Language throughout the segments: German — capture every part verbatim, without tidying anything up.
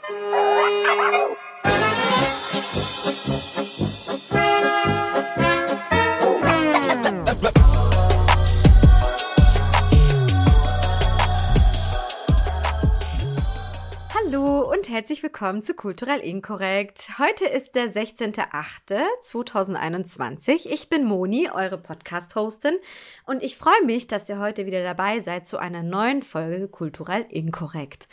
Hallo und herzlich willkommen zu Kulturell Inkorrekt. Heute ist der sechzehnter achte zweitausendeinundzwanzig. Ich bin Moni, eure Podcast-Hostin, und ich freue mich, dass ihr heute wieder dabei seid zu einer neuen Folge Kulturell Inkorrekt.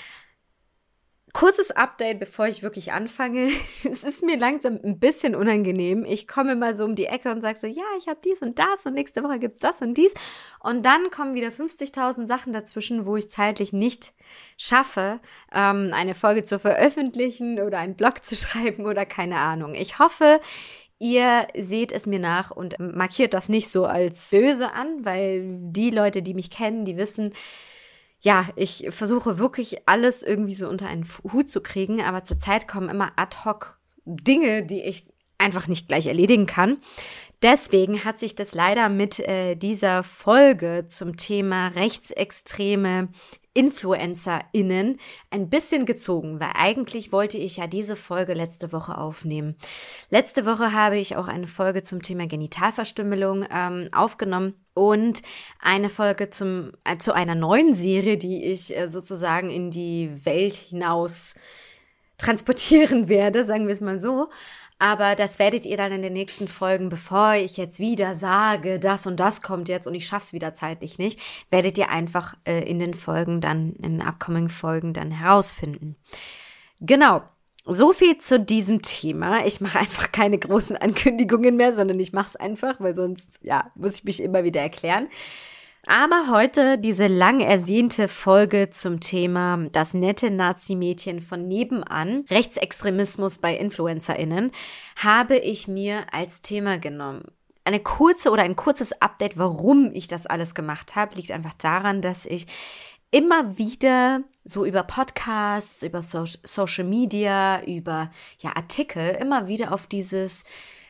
Kurzes Update, bevor ich wirklich anfange. Es ist mir langsam ein bisschen unangenehm. Ich komme mal so um die Ecke und sage so, ja, ich habe dies und das und nächste Woche gibt's das und dies. Und dann kommen wieder fünfzigtausend Sachen dazwischen, wo ich zeitlich nicht schaffe, ähm, eine Folge zu veröffentlichen oder einen Blog zu schreiben oder keine Ahnung. Ich hoffe, ihr seht es mir nach und markiert das nicht so als böse an, weil die Leute, die mich kennen, die wissen, ja, ich versuche wirklich alles irgendwie so unter einen Hut zu kriegen, aber zurzeit kommen immer ad hoc Dinge, die ich einfach nicht gleich erledigen kann. Deswegen hat sich das leider mit äh, dieser Folge zum Thema rechtsextreme InfluencerInnen ein bisschen gezogen, weil eigentlich wollte ich ja diese Folge letzte Woche aufnehmen. Letzte Woche habe ich auch eine Folge zum Thema Genitalverstümmelung ähm, aufgenommen und eine Folge zum äh, zu einer neuen Serie, die ich äh, sozusagen in die Welt hinaus transportieren werde, sagen wir es mal so. Aber das werdet ihr dann in den nächsten Folgen, bevor ich jetzt wieder sage, das und das kommt jetzt und ich schaff's wieder zeitlich nicht, werdet ihr einfach äh, in den Folgen dann, in den upcoming Folgen dann herausfinden. Genau, so viel zu diesem Thema. Ich mache einfach keine großen Ankündigungen mehr, sondern ich mache es einfach, weil sonst, ja, muss ich mich immer wieder erklären. Aber heute diese lang ersehnte Folge zum Thema das nette Nazi-Mädchen von nebenan, Rechtsextremismus bei InfluencerInnen, habe ich mir als Thema genommen. Eine kurze oder ein kurzes Update, warum ich das alles gemacht habe, liegt einfach daran, dass ich immer wieder so über Podcasts, über so- Social Media, über ja, Artikel immer wieder auf dieses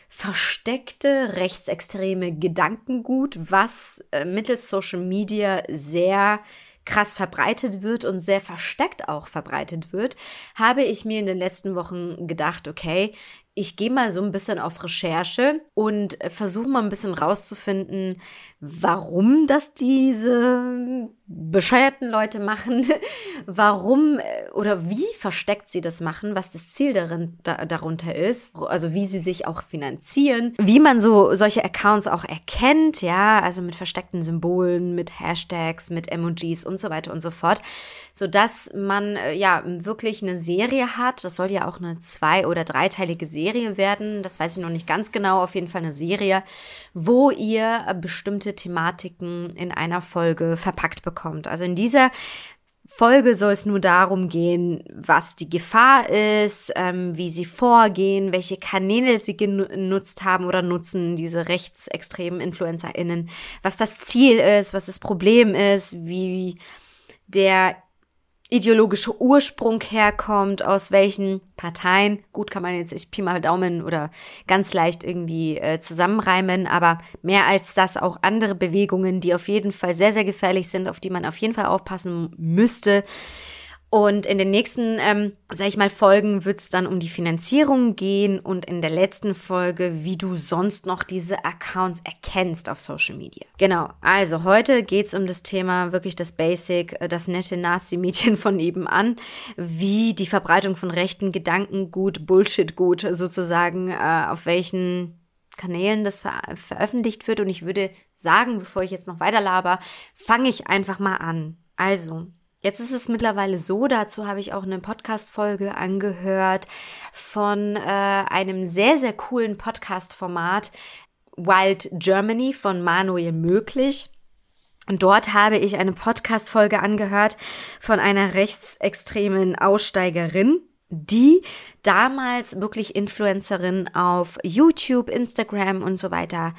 versteckte rechtsextreme Gedankengut, was äh, mittels Social Media sehr krass verbreitet wird und sehr versteckt auch verbreitet wird, habe ich mir in den letzten Wochen gedacht, okay, ich gehe mal so ein bisschen auf Recherche und versuche mal ein bisschen rauszufinden, warum das diese bescheuerten Leute machen, warum oder wie versteckt sie das machen, was das Ziel darin, da, darunter ist, also wie sie sich auch finanzieren, wie man so solche Accounts auch erkennt, ja, also mit versteckten Symbolen, mit Hashtags, mit Emojis und so weiter und so fort, sodass man ja wirklich eine Serie hat, das soll ja auch eine zwei- oder dreiteilige Serie werden, das weiß ich noch nicht ganz genau, auf jeden Fall eine Serie, wo ihr bestimmte Thematiken in einer Folge verpackt bekommt. Also in dieser Folge soll es nur darum gehen, was die Gefahr ist, ähm, wie sie vorgehen, welche Kanäle sie genutzt haben oder nutzen, diese rechtsextremen InfluencerInnen, was das Ziel ist, was das Problem ist, wie der ideologische Ursprung herkommt, aus welchen Parteien. Gut, kann man jetzt ich Pi mal Daumen oder ganz leicht irgendwie äh, zusammenreimen, aber mehr als das auch andere Bewegungen, die auf jeden Fall sehr, sehr gefährlich sind, auf die man auf jeden Fall aufpassen müsste. Und in den nächsten, ähm, sag ich mal, Folgen wird es dann um die Finanzierung gehen und in der letzten Folge, wie du sonst noch diese Accounts erkennst auf Social Media. Genau, also heute geht's um das Thema, wirklich das Basic, das nette Nazi-Mädchen von nebenan, wie die Verbreitung von rechten Gedankengut, Bullshit-Gut sozusagen, äh, auf welchen Kanälen das ver- veröffentlicht wird. Und ich würde sagen, bevor ich jetzt noch weiter laber, fange ich einfach mal an. Also, jetzt ist es mittlerweile so, dazu habe ich auch eine Podcast-Folge angehört von äh, einem sehr, sehr coolen Podcast-Format Wild Germany von Manuel Möglich. Und dort habe ich eine Podcast-Folge angehört von einer rechtsextremen Aussteigerin, die damals wirklich Influencerin auf YouTube, Instagram und so weiter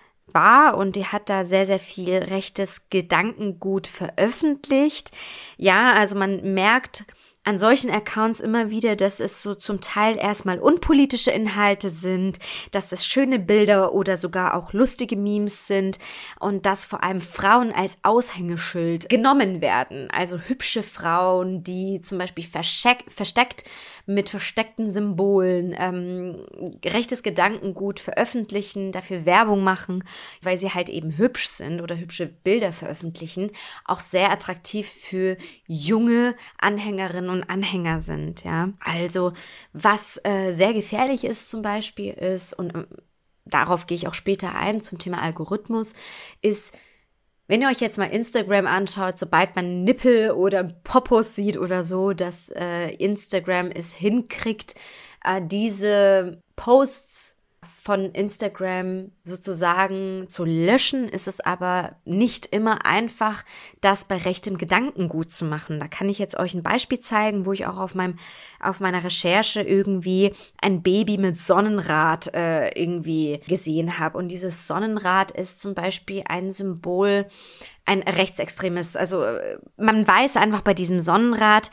war, und die hat da sehr, sehr viel rechtes Gedankengut veröffentlicht. Ja, also man merkt an solchen Accounts immer wieder, dass es so zum Teil erstmal unpolitische Inhalte sind, dass es schöne Bilder oder sogar auch lustige Memes sind und dass vor allem Frauen als Aushängeschild genommen werden. Also hübsche Frauen, die zum Beispiel versteck, versteckt mit versteckten Symbolen ähm, rechtes Gedankengut veröffentlichen, dafür Werbung machen, weil sie halt eben hübsch sind oder hübsche Bilder veröffentlichen, auch sehr attraktiv für junge Anhängerinnen und Anhänger sind. Ja, also was äh, sehr gefährlich ist zum Beispiel ist, und äh, darauf gehe ich auch später ein zum Thema Algorithmus, ist, wenn ihr euch jetzt mal Instagram anschaut, sobald man Nippel oder Popos sieht oder so, dass äh, Instagram es hinkriegt, äh, diese Posts von Instagram sozusagen zu löschen, ist es aber nicht immer einfach, das bei rechtem Gedankengut zu machen. Da kann ich jetzt euch ein Beispiel zeigen, wo ich auch auf meinem auf meiner Recherche irgendwie ein Baby mit Sonnenrad äh, irgendwie gesehen habe. Und dieses Sonnenrad ist zum Beispiel ein Symbol, ein rechtsextremes. Also man weiß einfach bei diesem Sonnenrad,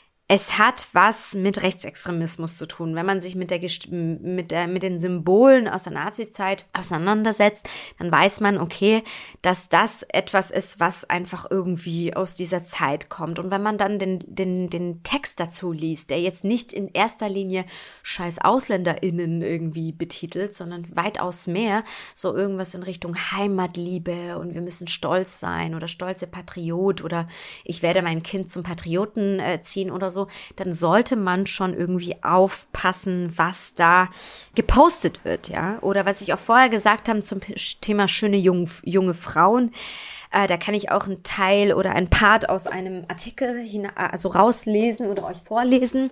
es hat was mit Rechtsextremismus zu tun. Wenn man sich mit der, mit der, mit den Symbolen aus der Nazizeit auseinandersetzt, dann weiß man, okay, dass das etwas ist, was einfach irgendwie aus dieser Zeit kommt. Und wenn man dann den, den, den Text dazu liest, der jetzt nicht in erster Linie scheiß AusländerInnen irgendwie betitelt, sondern weitaus mehr, so irgendwas in Richtung Heimatliebe und wir müssen stolz sein oder stolze Patriot oder ich werde mein Kind zum Patrioten äh, ziehen oder so, So, dann sollte man schon irgendwie aufpassen, was da gepostet wird, ja. Oder was ich auch vorher gesagt habe zum Thema schöne jung, junge Frauen. Äh, da kann ich auch einen Teil oder ein Part aus einem Artikel hin, also rauslesen oder euch vorlesen,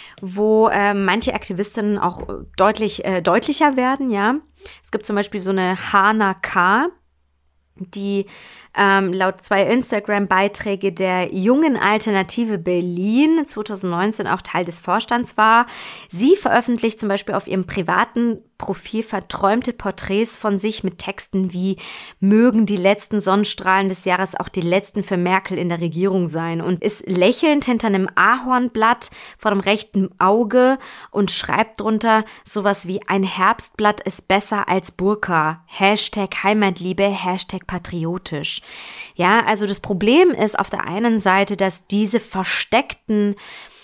wo äh, manche Aktivistinnen auch deutlich äh, deutlicher werden, ja. Es gibt zum Beispiel so eine Hana K., die ähm, laut zwei Instagram-Beiträge der Jungen Alternative Berlin zwanzig neunzehn auch Teil des Vorstands war. Sie veröffentlicht zum Beispiel auf ihrem privaten Profil verträumte Porträts von sich mit Texten wie mögen die letzten Sonnenstrahlen des Jahres auch die letzten für Merkel in der Regierung sein und ist lächelnd hinter einem Ahornblatt vor dem rechten Auge und schreibt drunter sowas wie ein Herbstblatt ist besser als Burka, Hashtag Heimatliebe, Hashtag patriotisch. Ja, also das Problem ist auf der einen Seite, dass diese versteckten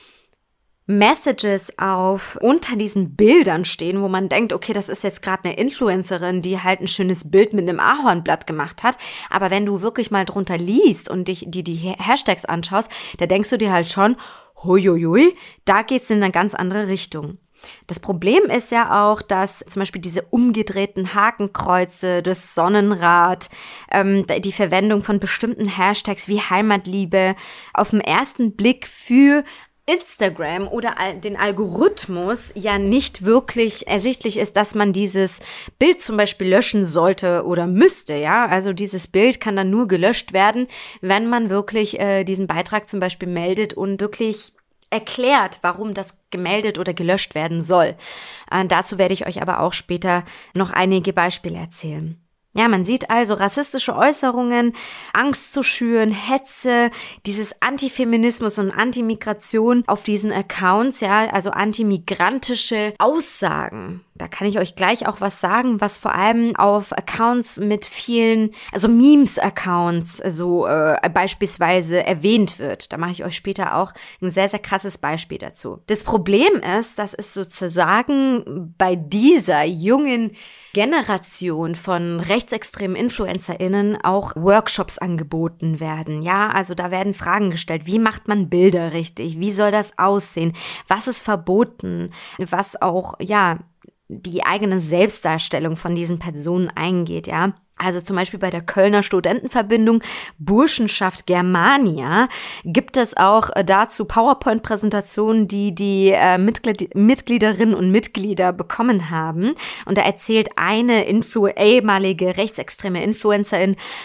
Messages auf unter diesen Bildern stehen, wo man denkt, okay, das ist jetzt gerade eine Influencerin, die halt ein schönes Bild mit einem Ahornblatt gemacht hat. Aber wenn du wirklich mal drunter liest und dich die, die Hashtags anschaust, da denkst du dir halt schon, huiuiui, da geht's in eine ganz andere Richtung. Das Problem ist ja auch, dass zum Beispiel diese umgedrehten Hakenkreuze, das Sonnenrad, ähm, die Verwendung von bestimmten Hashtags wie Heimatliebe auf den ersten Blick für Instagram oder den Algorithmus ja nicht wirklich ersichtlich ist, dass man dieses Bild zum Beispiel löschen sollte oder müsste, ja. Also dieses Bild kann dann nur gelöscht werden, wenn man wirklich äh, diesen Beitrag zum Beispiel meldet und wirklich erklärt, warum das gemeldet oder gelöscht werden soll. Äh, dazu werde ich euch aber auch später noch einige Beispiele erzählen. Ja, man sieht also rassistische Äußerungen, Angst zu schüren, Hetze, dieses Antifeminismus und Antimigration auf diesen Accounts, ja, also antimigrantische Aussagen. Da kann ich euch gleich auch was sagen, was vor allem auf Accounts mit vielen, also Memes-Accounts so äh, beispielsweise erwähnt wird. Da mache ich euch später auch ein sehr, sehr krasses Beispiel dazu. Das Problem ist, dass es sozusagen bei dieser jungen Generation von rechtsextremen InfluencerInnen auch Workshops angeboten werden. Ja, also da werden Fragen gestellt. Wie macht man Bilder richtig? Wie soll das aussehen? Was ist verboten? Was auch, ja, die eigene Selbstdarstellung von diesen Personen eingeht, ja. Also zum Beispiel bei der Kölner Studentenverbindung Burschenschaft Germania gibt es auch dazu PowerPoint-Präsentationen, die die äh, Mitglied- Mitgliederinnen und Mitglieder bekommen haben. Und da erzählt eine Influ- ehemalige rechtsextreme Influencerin,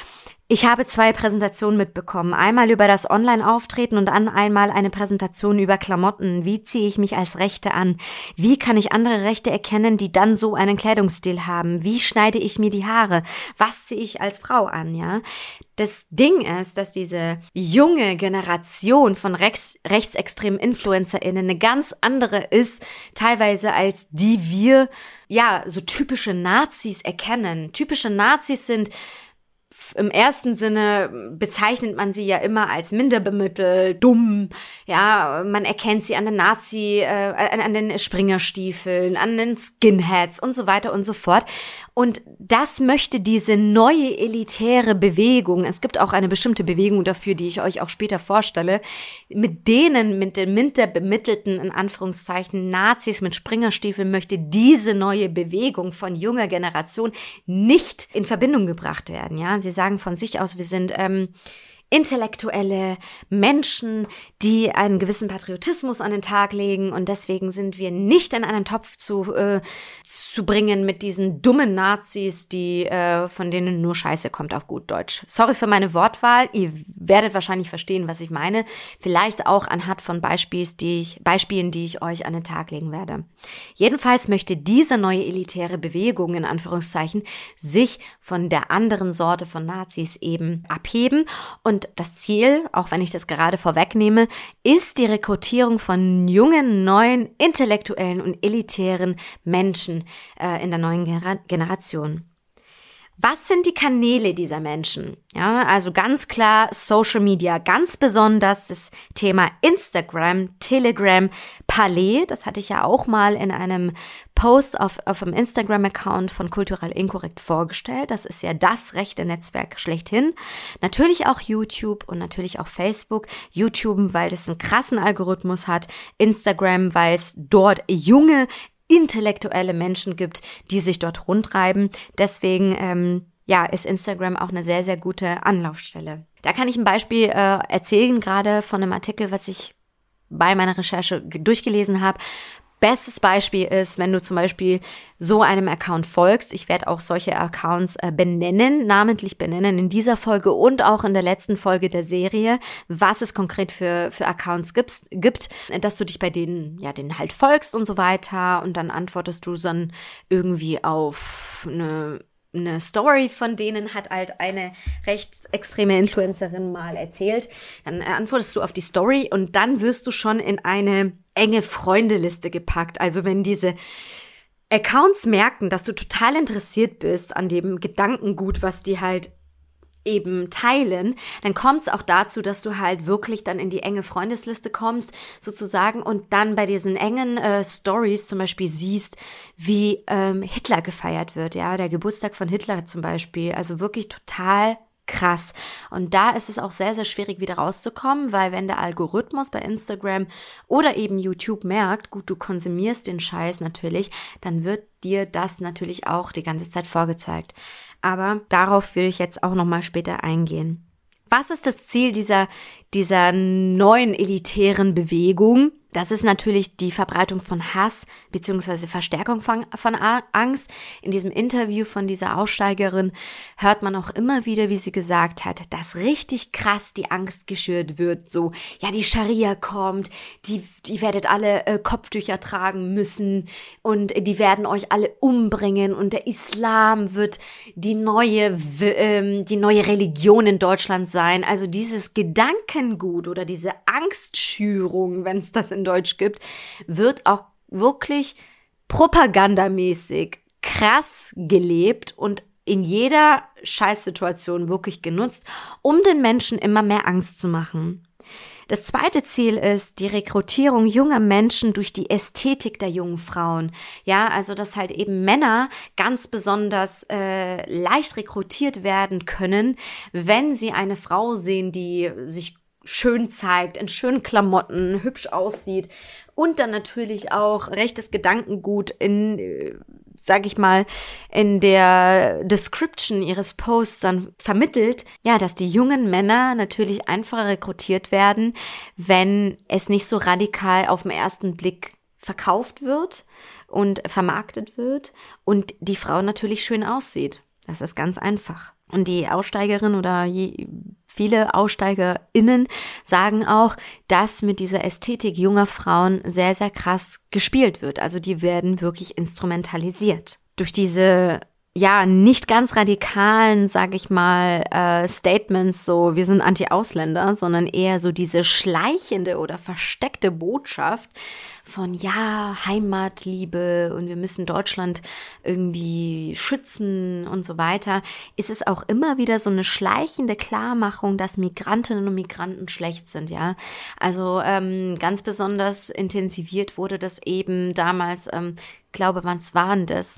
Ich habe zwei Präsentationen mitbekommen. Einmal über das Online-Auftreten und dann einmal eine Präsentation über Klamotten. Wie ziehe ich mich als Rechte an? Wie kann ich andere Rechte erkennen, die dann so einen Kleidungsstil haben? Wie schneide ich mir die Haare? Was ziehe ich als Frau an, ja? Das Ding ist, dass diese junge Generation von rechts, rechtsextremen InfluencerInnen eine ganz andere ist, teilweise als die wir, ja, so typische Nazis erkennen. Typische Nazis sind im ersten Sinne bezeichnet man sie ja immer als minderbemittelt, dumm, ja, man erkennt sie an den Nazi, äh, an, an den Springerstiefeln, an den Skinheads und so weiter und so fort. Und das möchte diese neue elitäre Bewegung, es gibt auch eine bestimmte Bewegung dafür, die ich euch auch später vorstelle, mit denen, mit den minderbemittelten, in Anführungszeichen, Nazis mit Springerstiefeln, möchte diese neue Bewegung von junger Generation nicht in Verbindung gebracht werden, ja. Sie sagen von sich aus, wir sind ähm, intellektuelle Menschen, die einen gewissen Patriotismus an den Tag legen und deswegen sind wir nicht in einen Topf zu, äh, zu bringen mit diesen dummen Nazis, die äh, von denen nur Scheiße kommt auf gut Deutsch. Sorry für meine Wortwahl, ihr werdet wahrscheinlich verstehen, was ich meine, vielleicht auch anhand von Beispiels, die ich, Beispielen, die ich euch an den Tag legen werde. Jedenfalls möchte diese neue elitäre Bewegung, in Anführungszeichen, sich von der anderen Sorte von Nazis eben abheben und das Ziel, auch wenn ich das gerade vorwegnehme, ist die Rekrutierung von jungen, neuen, intellektuellen und elitären Menschen äh, in der neuen Genera- Generation. Was sind die Kanäle dieser Menschen? Ja, also ganz klar Social Media, ganz besonders das Thema Instagram, Telegram, Parler, das hatte ich ja auch mal in einem Post auf, auf dem Instagram-Account von Kulturell Inkorrekt vorgestellt. Das ist ja das rechte Netzwerk schlechthin. Natürlich auch YouTube und natürlich auch Facebook. YouTube, weil das einen krassen Algorithmus hat. Instagram, weil es dort junge, intellektuelle Menschen gibt, die sich dort rundtreiben. Deswegen ähm, ja, ist Instagram auch eine sehr, sehr gute Anlaufstelle. Da kann ich ein Beispiel äh, erzählen, gerade von einem Artikel, was ich bei meiner Recherche durchgelesen habe. Bestes Beispiel ist, wenn du zum Beispiel so einem Account folgst. Ich werde auch solche Accounts äh, benennen, namentlich benennen in dieser Folge und auch in der letzten Folge der Serie, was es konkret für, für Accounts gibt, gibt, dass du dich bei denen, ja, denen halt folgst und so weiter und dann antwortest du dann irgendwie auf eine Eine Story von denen hat halt eine rechtsextreme Influencerin mal erzählt. Dann antwortest du auf die Story und dann wirst du schon in eine enge Freundeliste gepackt. Also wenn diese Accounts merken, dass du total interessiert bist an dem Gedankengut, was die halt eben teilen, dann kommt es auch dazu, dass du halt wirklich dann in die enge Freundesliste kommst, sozusagen, und dann bei diesen engen äh, Stories zum Beispiel siehst, wie ähm, Hitler gefeiert wird, ja, der Geburtstag von Hitler zum Beispiel, also wirklich total krass. Und da ist es auch sehr, sehr schwierig, wieder rauszukommen, weil wenn der Algorithmus bei Instagram oder eben YouTube merkt, gut, du konsumierst den Scheiß natürlich, dann wird dir das natürlich auch die ganze Zeit vorgezeigt. Aber darauf will ich jetzt auch nochmal später eingehen. Was ist das Ziel dieser, dieser neuen elitären Bewegung? Das ist natürlich die Verbreitung von Hass bzw. Verstärkung von, von Angst. In diesem Interview von dieser Aussteigerin hört man auch immer wieder, wie sie gesagt hat, dass richtig krass die Angst geschürt wird. So, ja, die Scharia kommt, die, die werdet alle äh, Kopftücher tragen müssen und die werden euch alle umbringen und der Islam wird die neue, äh, die neue Religion in Deutschland sein. Also dieses Gedankengut oder diese Angstschürung, wenn es das in Deutsch gibt, wird auch wirklich propagandamäßig krass gelebt und in jeder Scheißsituation wirklich genutzt, um den Menschen immer mehr Angst zu machen. Das zweite Ziel ist die Rekrutierung junger Menschen durch die Ästhetik der jungen Frauen. Ja, also dass halt eben Männer ganz besonders äh, leicht rekrutiert werden können, wenn sie eine Frau sehen, die sich schön zeigt, in schönen Klamotten, hübsch aussieht und dann natürlich auch rechtes Gedankengut in, sag ich mal, in der Description ihres Posts dann vermittelt, ja, dass die jungen Männer natürlich einfacher rekrutiert werden, wenn es nicht so radikal auf den ersten Blick verkauft wird und vermarktet wird und die Frau natürlich schön aussieht. Das ist ganz einfach. Und die Aussteigerin oder je, viele AussteigerInnen sagen auch, dass mit dieser Ästhetik junger Frauen sehr, sehr krass gespielt wird. Also die werden wirklich instrumentalisiert. Durch diese ja, nicht ganz radikalen, sag ich mal, äh, Statements, so wir sind Anti-Ausländer, sondern eher so diese schleichende oder versteckte Botschaft von, ja, Heimatliebe und wir müssen Deutschland irgendwie schützen und so weiter, ist es auch immer wieder so eine schleichende Klarmachung, dass Migrantinnen und Migranten schlecht sind, ja. Also ähm, ganz besonders intensiviert wurde das eben damals, ähm, glaube, wann waren das?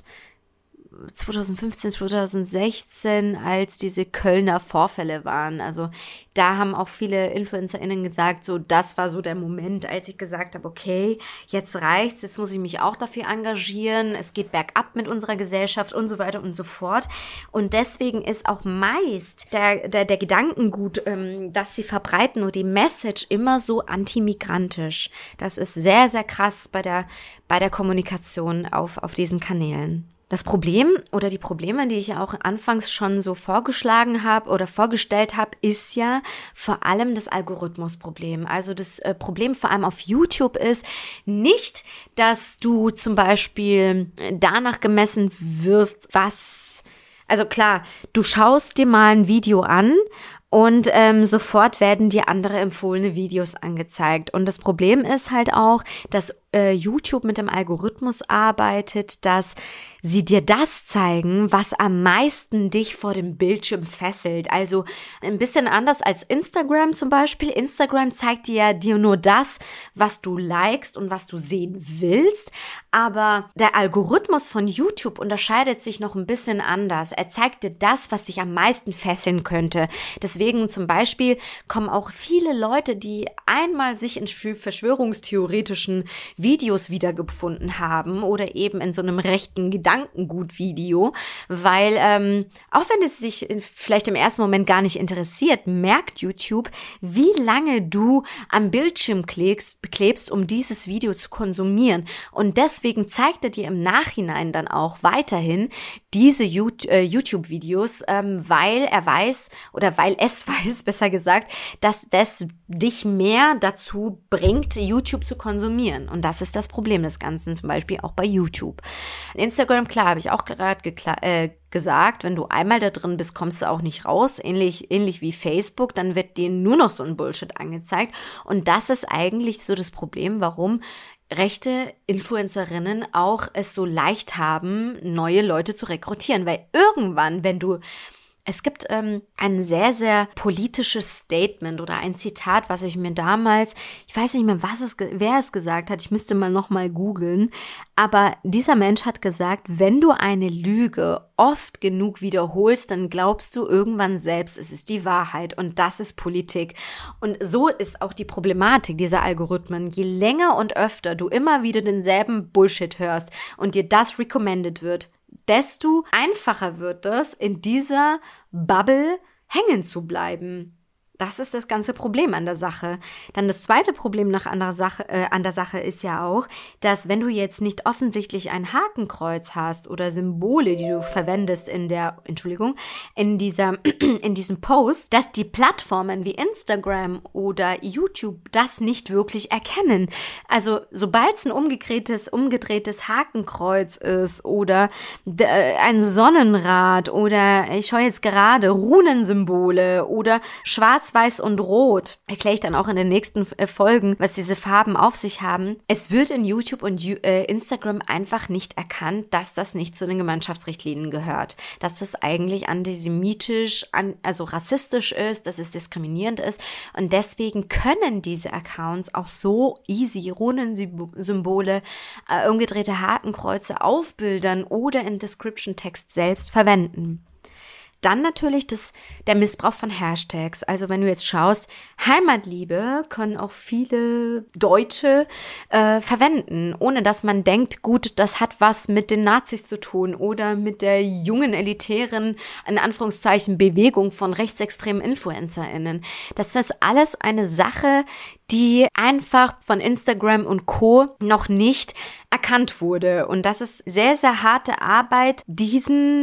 zwanzig fünfzehn, zwanzig sechzehn, als diese Kölner Vorfälle waren. Also da haben auch viele InfluencerInnen gesagt, so das war so der Moment, als ich gesagt habe, okay, jetzt reicht's, jetzt muss ich mich auch dafür engagieren, es geht bergab mit unserer Gesellschaft und so weiter und so fort. Und deswegen ist auch meist der, der, der Gedankengut, ähm, das sie verbreiten oder die Message immer so antimigrantisch. Das ist sehr, sehr krass bei der, bei der Kommunikation auf, auf diesen Kanälen. Das Problem oder die Probleme, die ich ja auch anfangs schon so vorgeschlagen habe oder vorgestellt habe, ist ja vor allem das Algorithmusproblem. Also das äh, Problem vor allem auf YouTube ist nicht, dass du zum Beispiel danach gemessen wirst, was, also klar, du schaust dir mal ein Video an und ähm, sofort werden dir andere empfohlene Videos angezeigt. Und das Problem ist halt auch, dass äh, YouTube mit dem Algorithmus arbeitet, dass sie dir das zeigen, was am meisten dich vor dem Bildschirm fesselt. Also ein bisschen anders als Instagram zum Beispiel. Instagram zeigt dir dir nur das, was du likest und was du sehen willst. Aber der Algorithmus von YouTube unterscheidet sich noch ein bisschen anders. Er zeigt dir das, was dich am meisten fesseln könnte. Deswegen zum Beispiel kommen auch viele Leute, die einmal sich in verschwörungstheoretischen Videos wiedergefunden haben oder eben in so einem rechten Gedankengut-Video, weil ähm, auch wenn es sich vielleicht im ersten Moment gar nicht interessiert, merkt YouTube, wie lange du am Bildschirm klebst, klebst, um dieses Video zu konsumieren. Und deswegen zeigt er dir im Nachhinein dann auch weiterhin diese YouTube-Videos, ähm, weil er weiß oder weil es weiß, besser gesagt, dass das dich mehr dazu bringt, YouTube zu konsumieren. Und das ist das Problem des Ganzen, zum Beispiel auch bei YouTube. Instagram, klar, habe ich auch gerade gekla- äh, gesagt, wenn du einmal da drin bist, kommst du auch nicht raus, ähnlich, ähnlich wie Facebook, dann wird dir nur noch so ein Bullshit angezeigt. Und das ist eigentlich so das Problem, warum rechte Influencerinnen auch es so leicht haben, neue Leute zu rekrutieren, weil irgendwann, wenn du Es gibt ähm, ein sehr, sehr politisches Statement oder ein Zitat, was ich mir damals, ich weiß nicht mehr, was es, wer es gesagt hat, ich müsste mal nochmal googeln, aber dieser Mensch hat gesagt, wenn du eine Lüge oft genug wiederholst, dann glaubst du irgendwann selbst, es ist die Wahrheit und das ist Politik. Und so ist auch die Problematik dieser Algorithmen. Je länger und öfter du immer wieder denselben Bullshit hörst und dir das recommended wird, desto einfacher wird es, in dieser Bubble hängen zu bleiben. Das ist das ganze Problem an der Sache. Dann das zweite Problem nach an der Sache, äh, an der Sache ist ja auch, dass wenn du jetzt nicht offensichtlich ein Hakenkreuz hast oder Symbole, die du verwendest in der, Entschuldigung, in dieser, in diesem Post, dass die Plattformen wie Instagram oder YouTube das nicht wirklich erkennen. Also sobald es ein umgedrehtes, umgedrehtes Hakenkreuz ist oder d- ein Sonnenrad oder ich schaue jetzt gerade Runensymbole oder schwarz Weiß und Rot, erkläre ich dann auch in den nächsten Folgen, was diese Farben auf sich haben. Es wird in YouTube und Instagram einfach nicht erkannt, dass das nicht zu den Gemeinschaftsrichtlinien gehört. Dass das eigentlich antisemitisch, also rassistisch ist, dass es diskriminierend ist. Und deswegen können diese Accounts auch so easy Runensymbole, äh, umgedrehte Hakenkreuze auf Bildern oder in Description-Text selbst verwenden. Dann natürlich das, der Missbrauch von Hashtags. Also wenn du jetzt schaust, Heimatliebe können auch viele Deutsche äh, verwenden, ohne dass man denkt, gut, das hat was mit den Nazis zu tun oder mit der jungen, elitären, in Anführungszeichen, Bewegung von rechtsextremen InfluencerInnen. Das ist alles eine Sache, die einfach von Instagram und Co. noch nicht erkannt wurde. Und das ist sehr, sehr harte Arbeit, diesen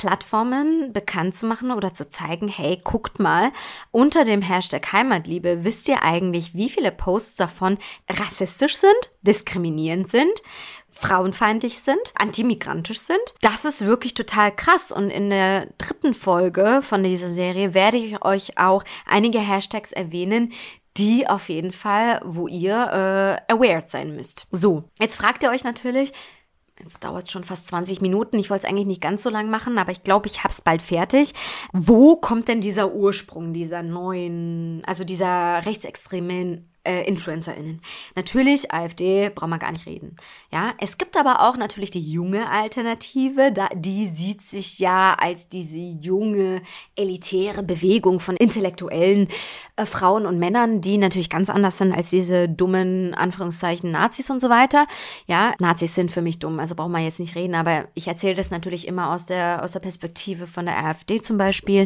Plattformen bekannt zu machen oder zu zeigen, hey, guckt mal, unter dem Hashtag Heimatliebe wisst ihr eigentlich, wie viele Posts davon rassistisch sind, diskriminierend sind, frauenfeindlich sind, antimigrantisch sind. Das ist wirklich total krass. Und in der dritten Folge von dieser Serie werde ich euch auch einige Hashtags erwähnen, die auf jeden Fall, wo ihr äh, aware sein müsst. So, jetzt fragt ihr euch natürlich, jetzt dauert es schon fast zwanzig Minuten, ich wollte es eigentlich nicht ganz so lang machen, aber ich glaube, ich habe es bald fertig. Wo kommt denn dieser Ursprung dieser neuen, also dieser rechtsextremen Äh, InfluencerInnen? Natürlich, AfD, brauchen wir gar nicht reden. Ja, es gibt aber auch natürlich die junge Alternative, da, die sieht sich ja als diese junge, elitäre Bewegung von intellektuellen äh, Frauen und Männern, die natürlich ganz anders sind als diese dummen, Anführungszeichen, Nazis und so weiter. Ja, Nazis sind für mich dumm, also brauchen wir jetzt nicht reden, aber ich erzähle das natürlich immer aus der, aus der Perspektive von der AfD zum Beispiel.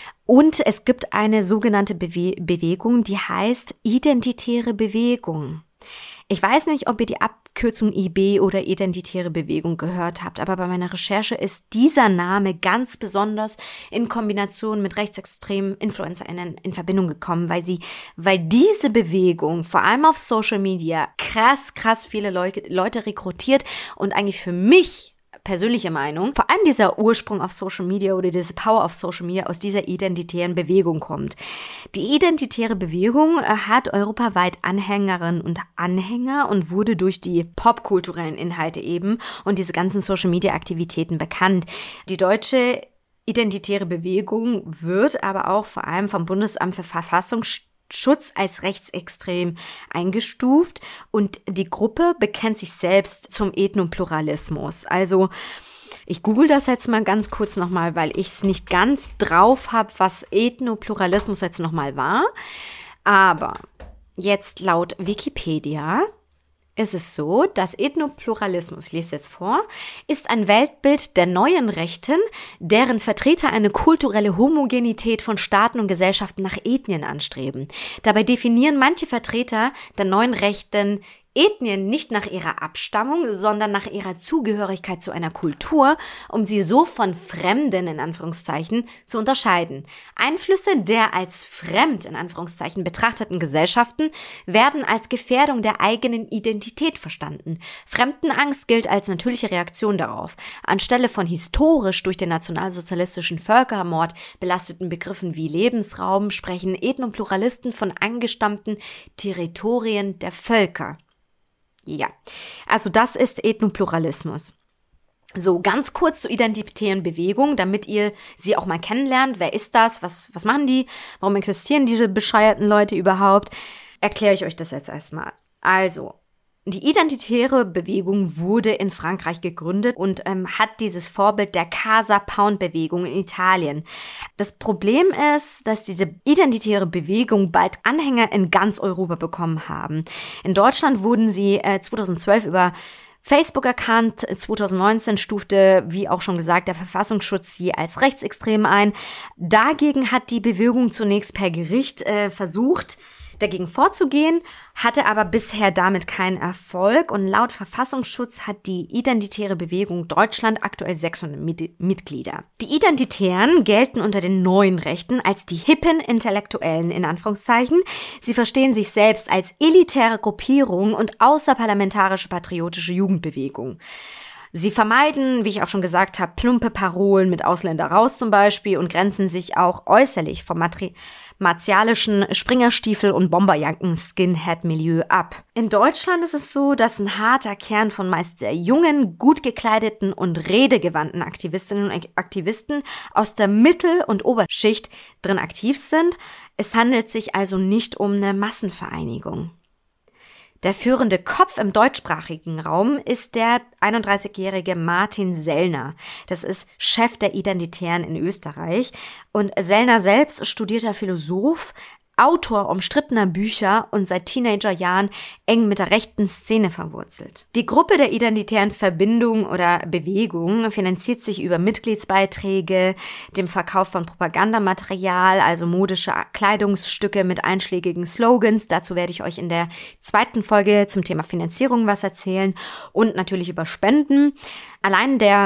Und es gibt eine sogenannte Bewe- Bewegung, die heißt Identitäre Bewegung. Ich weiß nicht, ob ihr die Abkürzung I B oder Identitäre Bewegung gehört habt, aber bei meiner Recherche ist dieser Name ganz besonders in Kombination mit rechtsextremen InfluencerInnen in Verbindung gekommen, weil sie, weil diese Bewegung vor allem auf Social Media krass, krass viele Leute, Leute rekrutiert und eigentlich für mich, persönliche Meinung, vor allem dieser Ursprung auf Social Media oder diese Power auf Social Media aus dieser identitären Bewegung kommt. Die identitäre Bewegung hat europaweit Anhängerinnen und Anhänger und wurde durch die popkulturellen Inhalte eben und diese ganzen Social Media Aktivitäten bekannt. Die deutsche identitäre Bewegung wird aber auch vor allem vom Bundesamt für Verfassungsschutz Schutz als rechtsextrem eingestuft und die Gruppe bekennt sich selbst zum Ethnopluralismus. Also ich google das jetzt mal ganz kurz nochmal, weil ich es nicht ganz drauf habe, was Ethnopluralismus jetzt nochmal war. Aber jetzt laut Wikipedia ist es so, dass Ethnopluralismus, ich lese jetzt vor, ist ein Weltbild der neuen Rechten, deren Vertreter eine kulturelle Homogenität von Staaten und Gesellschaften nach Ethnien anstreben. Dabei definieren manche Vertreter der neuen Rechten Ethnien nicht nach ihrer Abstammung, sondern nach ihrer Zugehörigkeit zu einer Kultur, um sie so von Fremden in Anführungszeichen zu unterscheiden. Einflüsse der als fremd in Anführungszeichen betrachteten Gesellschaften werden als Gefährdung der eigenen Identität verstanden. Fremdenangst gilt als natürliche Reaktion darauf. Anstelle von historisch durch den nationalsozialistischen Völkermord belasteten Begriffen wie Lebensraum sprechen Ethnopluralisten von angestammten Territorien der Völker. Ja, also das ist Ethnopluralismus. So, ganz kurz zur identitären Bewegung, damit ihr sie auch mal kennenlernt. Wer ist das? Was, was machen die? Warum existieren diese bescheuerten Leute überhaupt? Erkläre ich euch das jetzt erstmal. Also, die identitäre Bewegung wurde in Frankreich gegründet und ähm, hat dieses Vorbild der Casa Pound-Bewegung in Italien. Das Problem ist, dass diese identitäre Bewegung bald Anhänger in ganz Europa bekommen haben. In Deutschland wurden sie äh, zweitausendzwölf über Facebook erkannt. zweitausendneunzehn stufte, wie auch schon gesagt, der Verfassungsschutz sie als rechtsextrem ein. Dagegen hat die Bewegung zunächst per Gericht äh, versucht, dagegen vorzugehen, hatte aber bisher damit keinen Erfolg und laut Verfassungsschutz hat die Identitäre Bewegung Deutschland aktuell sechshundert Mitglieder. Die Identitären gelten unter den neuen Rechten als die hippen Intellektuellen in Anführungszeichen. Sie verstehen sich selbst als elitäre Gruppierung und außerparlamentarische patriotische Jugendbewegung. Sie vermeiden, wie ich auch schon gesagt habe, plumpe Parolen mit Ausländer raus zum Beispiel und grenzen sich auch äußerlich vom matri- martialischen Springerstiefel- und Bomberjacken-Skinhead-Milieu ab. In Deutschland ist es so, dass ein harter Kern von meist sehr jungen, gut gekleideten und redegewandten Aktivistinnen und Aktivisten aus der Mittel- und Oberschicht drin aktiv sind. Es handelt sich also nicht um eine Massenvereinigung. Der führende Kopf im deutschsprachigen Raum ist der einunddreißigjährige Martin Sellner. Das ist Chef der Identitären in Österreich. Und Sellner selbst studierter Philosoph, Autor umstrittener Bücher und seit Teenagerjahren eng mit der rechten Szene verwurzelt. Die Gruppe der Identitären Verbindung oder Bewegung finanziert sich über Mitgliedsbeiträge, dem Verkauf von Propagandamaterial, also modische Kleidungsstücke mit einschlägigen Slogans. Dazu werde ich euch in der zweiten Folge zum Thema Finanzierung was erzählen und natürlich über Spenden. Allein der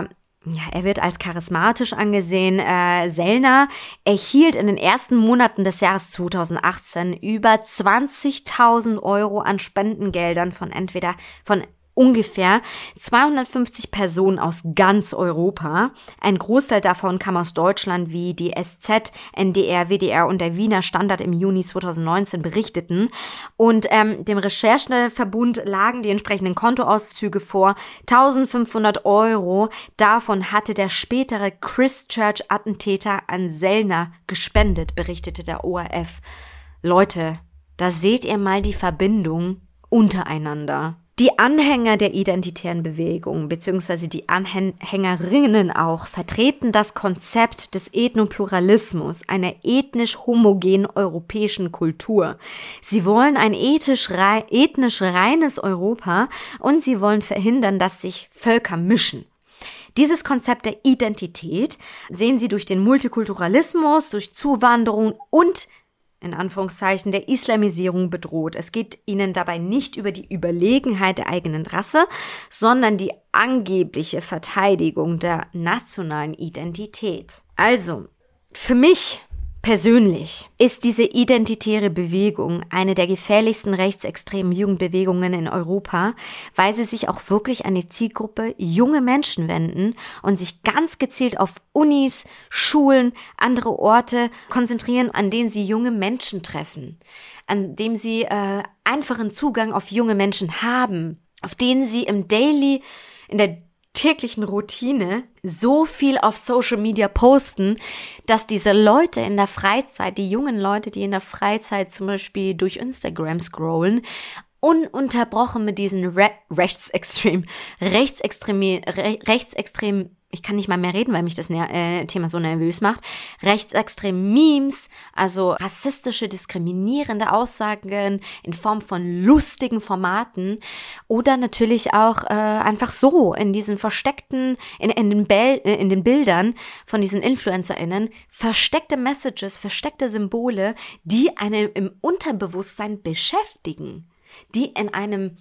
ja, er wird als charismatisch angesehen. Äh, Sellner erhielt in den ersten Monaten des Jahres zweitausendachtzehn über zwanzigtausend Euro an Spendengeldern von entweder von ungefähr zweihundertfünfzig Personen aus ganz Europa. Ein Großteil davon kam aus Deutschland, wie die S Z, N D R, W D R und der Wiener Standard im Juni zweitausendneunzehn berichteten. Und ähm, dem Rechercheverbund lagen die entsprechenden Kontoauszüge vor. eintausendfünfhundert Euro davon hatte der spätere Christchurch-Attentäter an Sellner gespendet, berichtete der O R F. Leute, da seht ihr mal die Verbindung untereinander. Die Anhänger der identitären Bewegung bzw. die Anhängerinnen auch vertreten das Konzept des Ethnopluralismus, einer ethnisch homogenen europäischen Kultur. Sie wollen ein ethisch, rei- ethnisch reines Europa und sie wollen verhindern, dass sich Völker mischen. Dieses Konzept der Identität sehen sie durch den Multikulturalismus, durch Zuwanderung und in Anführungszeichen der Islamisierung bedroht. Es geht ihnen dabei nicht über die Überlegenheit der eigenen Rasse, sondern die angebliche Verteidigung der nationalen Identität. Also, für mich persönlich ist diese identitäre Bewegung eine der gefährlichsten rechtsextremen Jugendbewegungen in Europa, weil sie sich auch wirklich an die Zielgruppe junge Menschen wenden und sich ganz gezielt auf Unis, Schulen, andere Orte konzentrieren, an denen sie junge Menschen treffen, an dem sie äh, einfachen Zugang auf junge Menschen haben, auf denen sie im Daily, in der täglichen Routine so viel auf Social Media posten, dass diese Leute in der Freizeit, die jungen Leute, die in der Freizeit zum Beispiel durch Instagram scrollen, ununterbrochen mit diesen Re- Rechtsextrem, Rechtsextreme, Re- Rechtsextrem, ich kann nicht mal mehr reden, weil mich das äh, Thema so nervös macht, rechtsextreme Memes, also rassistische, diskriminierende Aussagen in Form von lustigen Formaten oder natürlich auch äh, einfach so in diesen versteckten, in, in, den Bel- in den Bildern von diesen InfluencerInnen, versteckte Messages, versteckte Symbole, die einen im Unterbewusstsein beschäftigen, die in einem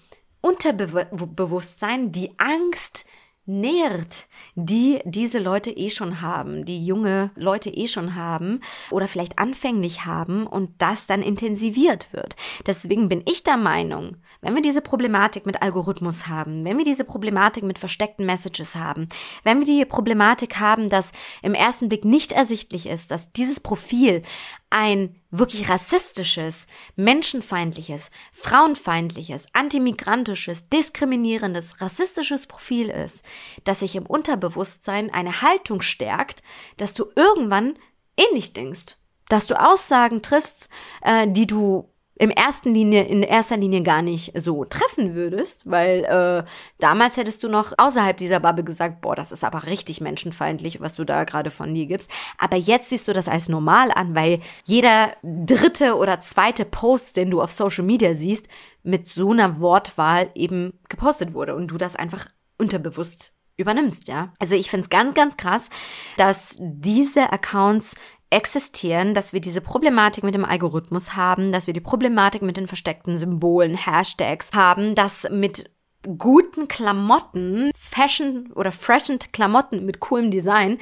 Unterbewusstsein die Angst nährt, die diese Leute eh schon haben, die junge Leute eh schon haben oder vielleicht anfänglich haben und das dann intensiviert wird. Deswegen bin ich der Meinung, wenn wir diese Problematik mit Algorithmus haben, wenn wir diese Problematik mit versteckten Messages haben, wenn wir die Problematik haben, dass im ersten Blick nicht ersichtlich ist, dass dieses Profil ein wirklich rassistisches, menschenfeindliches, frauenfeindliches, antimigrantisches, diskriminierendes, rassistisches Profil ist, dass sich im Unterbewusstsein eine Haltung stärkt, dass du irgendwann ähnlich denkst, dass du Aussagen triffst, äh, die du im ersten Linie, in erster Linie gar nicht so treffen würdest, weil äh, damals hättest du noch außerhalb dieser Bubble gesagt, boah, das ist aber richtig menschenfeindlich, was du da gerade von dir gibst. Aber jetzt siehst du das als normal an, weil jeder dritte oder zweite Post, den du auf Social Media siehst, mit so einer Wortwahl eben gepostet wurde und du das einfach unterbewusst übernimmst, ja. Also ich finde es ganz, ganz krass, dass diese Accounts existieren, dass wir diese Problematik mit dem Algorithmus haben, dass wir die Problematik mit den versteckten Symbolen, Hashtags haben, dass mit guten Klamotten, Fashion oder fashioned Klamotten mit coolem Design,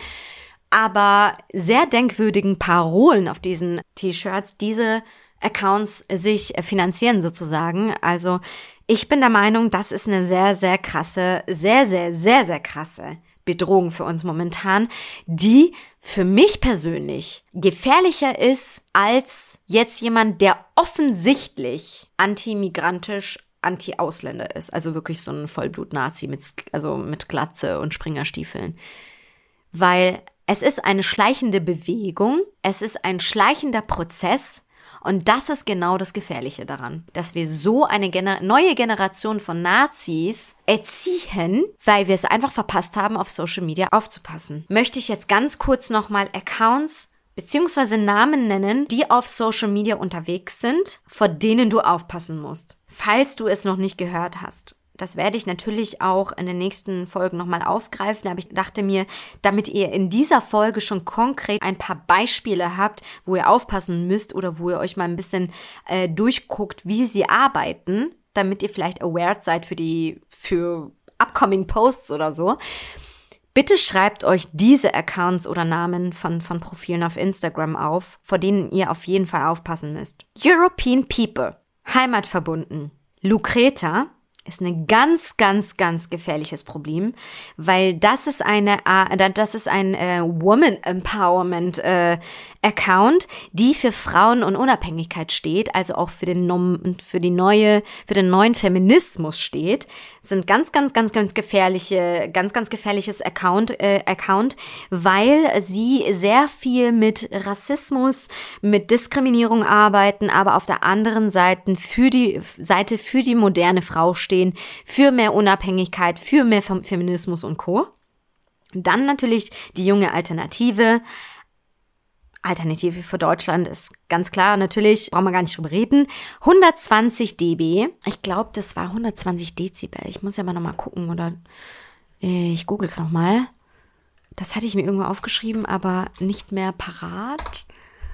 aber sehr denkwürdigen Parolen auf diesen T-Shirts, diese Accounts sich finanzieren sozusagen. Also ich bin der Meinung, das ist eine sehr, sehr krasse, sehr, sehr, sehr, sehr krasse Bedrohung für uns momentan, die für mich persönlich gefährlicher ist als jetzt jemand, der offensichtlich antimigrantisch, anti-Ausländer ist. Also wirklich so ein Vollblut-Nazi mit, also mit Glatze und Springerstiefeln. Weil es ist eine schleichende Bewegung, es ist ein schleichender Prozess. Und das ist genau das Gefährliche daran, dass wir so eine Gener- neue Generation von Nazis erziehen, weil wir es einfach verpasst haben, auf Social Media aufzupassen. Möchte ich jetzt ganz kurz nochmal Accounts beziehungsweise Namen nennen, die auf Social Media unterwegs sind, vor denen du aufpassen musst, falls du es noch nicht gehört hast. Das werde ich natürlich auch in den nächsten Folgen nochmal aufgreifen, aber ich dachte mir, damit ihr in dieser Folge schon konkret ein paar Beispiele habt, wo ihr aufpassen müsst oder wo ihr euch mal ein bisschen äh, durchguckt, wie sie arbeiten, damit ihr vielleicht aware seid für die für upcoming Posts oder so, Bitte schreibt euch diese Accounts oder Namen von, von Profilen auf Instagram auf, vor denen ihr auf jeden Fall aufpassen müsst. European People, heimatverbunden. Lucreta ist ein ganz, ganz, ganz gefährliches Problem, weil das ist eine, äh, das ist ein äh, Woman Empowerment äh, Account, die für Frauen und Unabhängigkeit steht, also auch für den für die neue, für den neuen Feminismus steht. Sind ganz, ganz, ganz, ganz gefährliche, ganz, ganz gefährliches Account, äh, Account, weil sie sehr viel mit Rassismus, mit Diskriminierung arbeiten, aber auf der anderen Seite für die Seite für die moderne Frau stehen, für mehr Unabhängigkeit, für mehr Feminismus und Co. Dann natürlich die junge Alternative. Alternative für Deutschland ist ganz klar, natürlich, brauchen wir gar nicht drüber reden. hundertzwanzig Dezibel, ich glaube, das war hundertzwanzig Dezibel. Ich muss ja mal nochmal gucken oder ich google nochmal. Das hatte ich mir irgendwo aufgeschrieben, aber nicht mehr parat.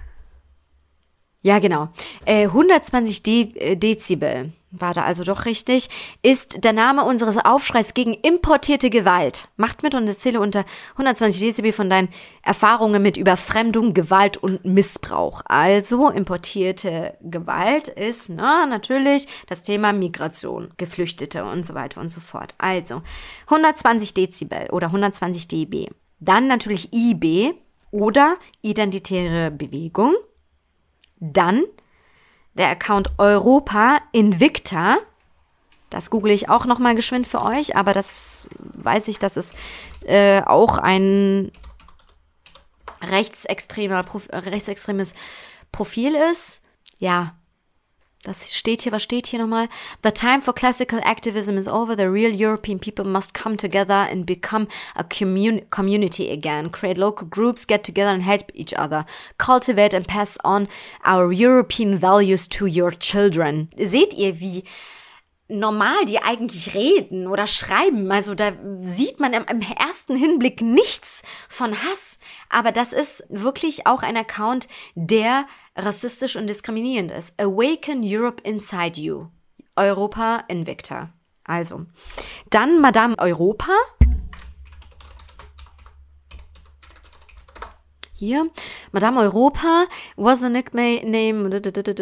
Ja, genau. Äh, hundertzwanzig De- Dezibel, war da also doch richtig, ist der Name unseres Aufschreis gegen importierte Gewalt. Macht mit und erzähle unter hundertzwanzig Dezibel von deinen Erfahrungen mit Überfremdung, Gewalt und Missbrauch. Also importierte Gewalt ist na, natürlich das Thema Migration, Geflüchtete und so weiter und so fort. Also hundertzwanzig Dezibel oder hundertzwanzig dB. Dann natürlich I B oder Identitäre Bewegung. Dann der Account Europa Invicta. Das google ich auch nochmal geschwind für euch, aber das weiß ich, dass es äh, auch ein rechtsextremer, Prof, rechtsextremes Profil ist. Ja, das steht hier, was steht hier nochmal? The time for classical activism is over. The real European people must come together and become a commun- community again. Create local groups, get together and help each other. Cultivate and pass on our European values to your children. Seht ihr, wie normal die eigentlich reden oder schreiben? Also da sieht man im, im ersten Hinblick nichts von Hass. Aber das ist wirklich auch ein Account, der rassistisch und diskriminierend ist. Awaken Europe inside you. Europa Invicta. Also, dann Madame Europa. Hier, Madame Europa was a nickname.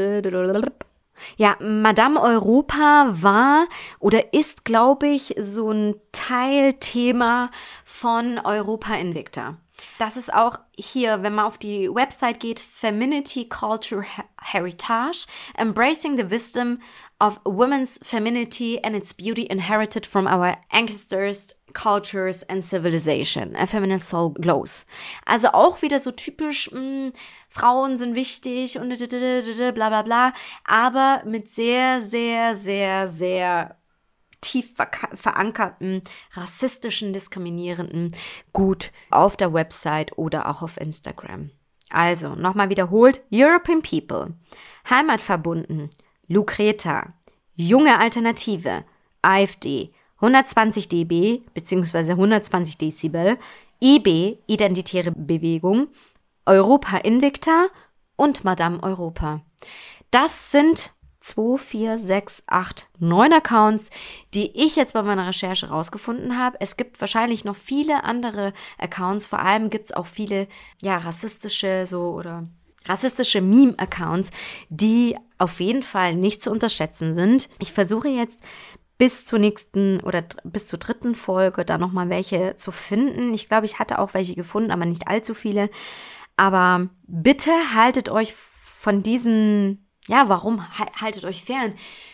Ja, Madame Europa war oder ist, glaube ich, so ein Teilthema von Europa Invicta. Das ist auch hier, wenn man auf die Website geht, Femininity Culture Heritage, Embracing the Wisdom of Women's Femininity and its Beauty Inherited from Our Ancestors, Cultures and Civilization. A Feminine Soul Glows. Also auch wieder so typisch, mh, Frauen sind wichtig und bla bla bla, aber mit sehr, sehr, sehr, sehr tief verankerten, rassistischen, diskriminierenden Gut auf der Website oder auch auf Instagram. Also, nochmal wiederholt, European People, heimatverbunden, Lucreta, junge Alternative, AfD, hundertzwanzig dB bzw. hundertzwanzig Dezibel, I B, Identitäre Bewegung, Europa Invicta und Madame Europa. Das sind zwei, vier, sechs, acht, neun Accounts, die ich jetzt bei meiner Recherche rausgefunden habe. Es gibt wahrscheinlich noch viele andere Accounts, vor allem gibt es auch viele, ja, rassistische so oder rassistische Meme-Accounts, die auf jeden Fall nicht zu unterschätzen sind. Ich versuche jetzt bis zur nächsten oder bis zur dritten Folge da nochmal welche zu finden. Ich glaube, ich hatte auch welche gefunden, aber nicht allzu viele. Aber bitte haltet euch von diesen Ja, warum haltet euch fern?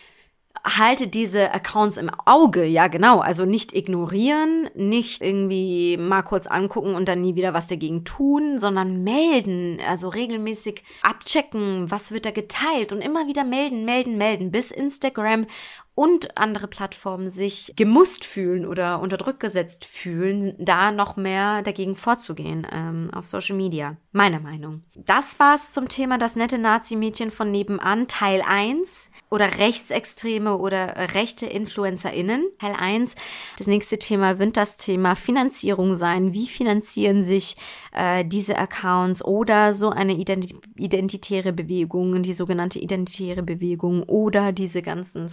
Haltet diese Accounts im Auge, ja genau, also nicht ignorieren, nicht irgendwie mal kurz angucken und dann nie wieder was dagegen tun, sondern melden, also regelmäßig abchecken, was wird da geteilt und immer wieder melden, melden, melden, bis Instagram und andere Plattformen sich gemusst fühlen oder unter Druck gesetzt fühlen, da noch mehr dagegen vorzugehen ähm, auf Social Media. Meine Meinung. Das war's zum Thema das nette Nazi-Mädchen von nebenan, Teil eins oder Rechtsextreme oder rechte InfluencerInnen. Teil eins. Das nächste Thema wird das Thema Finanzierung sein. Wie finanzieren sich äh, diese Accounts oder so eine ident- identitäre Bewegung, die sogenannte identitäre Bewegung oder diese ganzen Social Media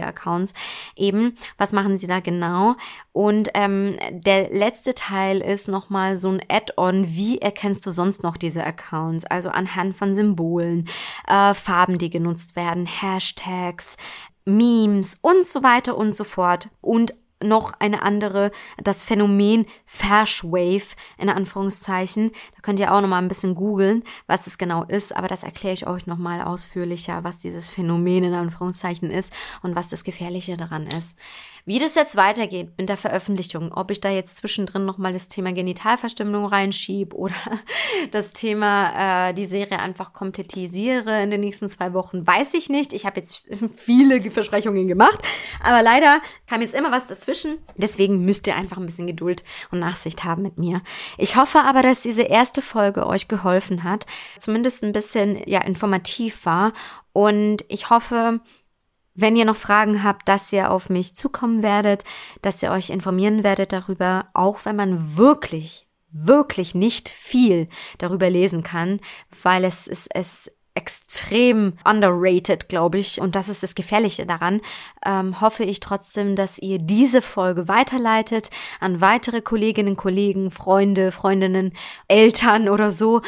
Accounts. Eben, was machen sie da genau? Und ähm, der letzte Teil ist nochmal so ein Add-on, wie erkennst du sonst noch diese Accounts? Also anhand von Symbolen, äh, Farben, die genutzt werden, Hashtags, Memes und so weiter und so fort. Und noch eine andere, das Phänomen Fashwave, in Anführungszeichen. Da könnt ihr auch nochmal ein bisschen googeln, was das genau ist, aber das erkläre ich euch nochmal ausführlicher, was dieses Phänomen in Anführungszeichen ist und was das Gefährliche daran ist. Wie das jetzt weitergeht mit der Veröffentlichung, ob ich da jetzt zwischendrin nochmal das Thema Genitalverstümmelung reinschiebe oder das Thema, äh, die Serie einfach komplettisiere in den nächsten zwei Wochen, weiß ich nicht. Ich habe jetzt viele Versprechungen gemacht, aber leider kam jetzt immer was dazwischen. Deswegen müsst ihr einfach ein bisschen Geduld und Nachsicht haben mit mir. Ich hoffe aber, dass diese erste Folge euch geholfen hat, zumindest ein bisschen ja informativ war, und ich hoffe, wenn ihr noch Fragen habt, dass ihr auf mich zukommen werdet, dass ihr euch informieren werdet darüber, auch wenn man wirklich, wirklich nicht viel darüber lesen kann, weil es ist es extrem underrated, glaube ich, und das ist das Gefährliche daran, ähm, hoffe ich trotzdem, dass ihr diese Folge weiterleitet an weitere Kolleginnen, Kollegen, Freunde, Freundinnen, Eltern oder so,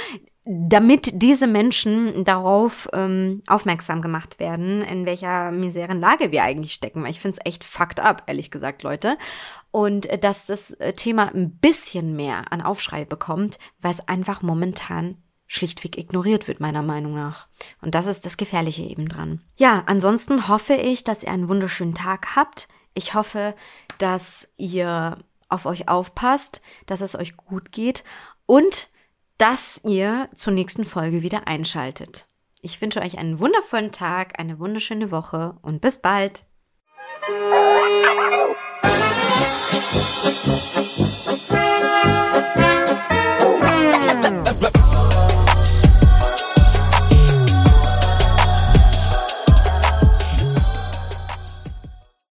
damit diese Menschen darauf ähm, aufmerksam gemacht werden, in welcher miseren Lage wir eigentlich stecken. Weil ich finde es echt fucked up, ehrlich gesagt, Leute. Und äh, dass das Thema ein bisschen mehr an Aufschrei bekommt, weil es einfach momentan schlichtweg ignoriert wird, meiner Meinung nach. Und das ist das Gefährliche eben dran. Ja, ansonsten hoffe ich, dass ihr einen wunderschönen Tag habt. Ich hoffe, dass ihr auf euch aufpasst, dass es euch gut geht und dass ihr zur nächsten Folge wieder einschaltet. Ich wünsche euch einen wundervollen Tag, eine wunderschöne Woche und bis bald.